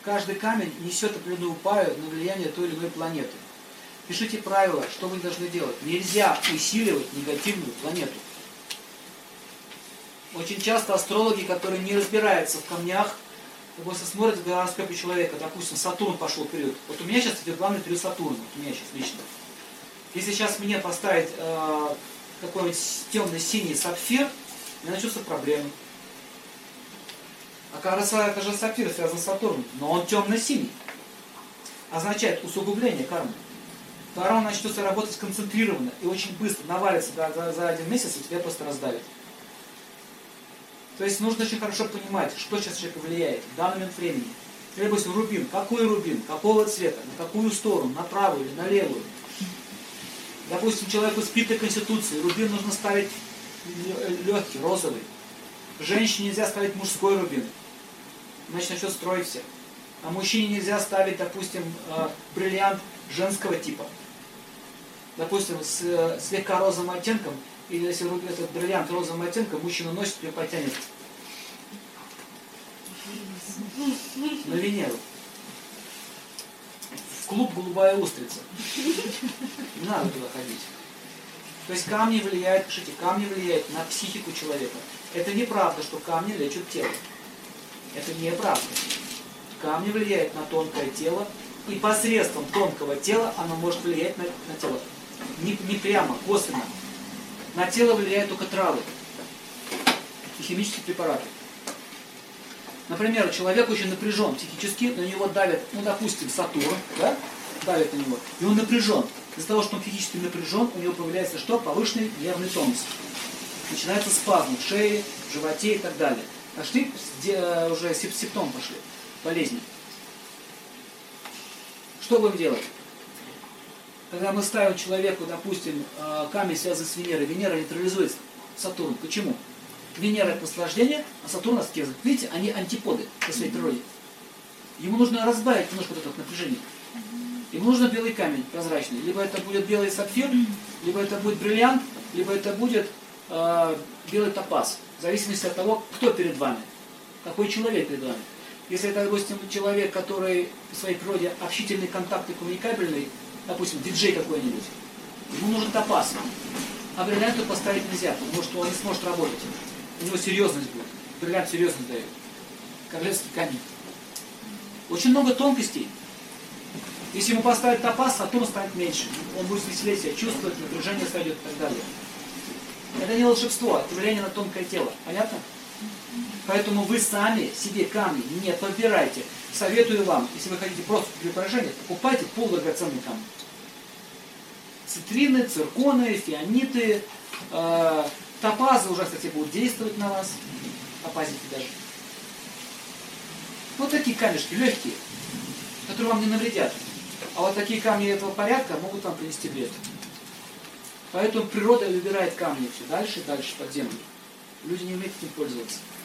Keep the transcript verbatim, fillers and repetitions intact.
Каждый камень несет определенную паю на влияние той или иной планеты. Пишите правила, что вы должны делать. Нельзя усиливать негативную планету. Очень часто астрологи, которые не разбираются в камнях, просто смотрят в гороскопе человека. Допустим, Сатурн пошел период. Вот у меня сейчас идет главный период Сатурна. Вот у меня сейчас лично. Если сейчас мне поставить э, какой-нибудь темно-синий сапфир, у меня начнутся проблемы. А кажется, это же сапфир связан с Сатурном, но он темно-синий. Означает усугубление кармы. Карма начнется работать сконцентрированно и очень быстро, навалится за, за, за один месяц и тебя просто раздавит. То есть нужно очень хорошо понимать, что сейчас человека влияет в данный момент времени. Или, допустим, рубин. Какой рубин? Какого цвета? На какую сторону? На правую или на левую? Допустим, человеку с питой конституцией. Рубин нужно ставить легкий, розовый. Женщине нельзя ставить мужской рубин. Значит, начнет строить всех. А мужчине нельзя ставить, допустим, бриллиант женского типа. Допустим, с слегка розовым оттенком, или если этот бриллиант розовым оттенком, мужчина носит, ее потянет на Венеру. В клуб «Голубая устрица». Не надо туда ходить. То есть камни влияют, пишите, камни влияют на психику человека. Это неправда, что камни лечат тело. Это неправда. Камни влияют на тонкое тело, и посредством тонкого тела оно может влиять на, на тело. Не, не прямо, косвенно. На тело влияют только травы и химические препараты. Например, человек очень напряжен психически, на него давит, ну, допустим, Сатурн, да, давит на него, и он напряжен. Из-за того, что он физически напряжен, у него появляется что? Повышенный нервный тонус. Начинается спазм в шее, в животе и так далее. Пошли, уже симптомы пошли, болезни. Что будем делать? Когда мы ставим человеку, допустим, камень, связанный с Венерой, Венера нейтрализует Сатурн. Почему? Венера это наслаждение, а Сатурн аскеза. Видите, они антиподы по своей природе. Ему нужно разбавить немножко вот это напряжение. Ему нужен белый камень, прозрачный. Либо это будет белый сапфир, либо это будет бриллиант, либо это будет э, белый топаз. В зависимости от того, кто перед вами, какой человек перед вами. Если это, допустим, человек, который по своей природе общительный, контактный, коммуникабельный, допустим, диджей какой-нибудь, ему нужен топаз. А бриллианту поставить нельзя, потому что он не сможет работать. У него серьезность будет. Бриллиант серьезность дает. Королевский камень. Очень много тонкостей. Если ему поставить топаз, Сатурн станет меньше. Он будет веселее себя чувствовать, напряжение сойдет и так далее. Это не волшебство, это влияние на тонкое тело. Понятно? Поэтому вы сами себе камни не подбирайте. Советую вам, если вы хотите просто преображение, покупайте полудрагоценный камень. Цитрины, цирконы, фианиты, э, топазы уже, кстати, будут действовать на вас. Топазики даже. Вот такие камешки легкие, которые вам не навредят. А вот такие камни этого порядка могут вам принести вред. Поэтому природа выбирает камни все дальше и дальше под землю. Люди не умеют этим пользоваться.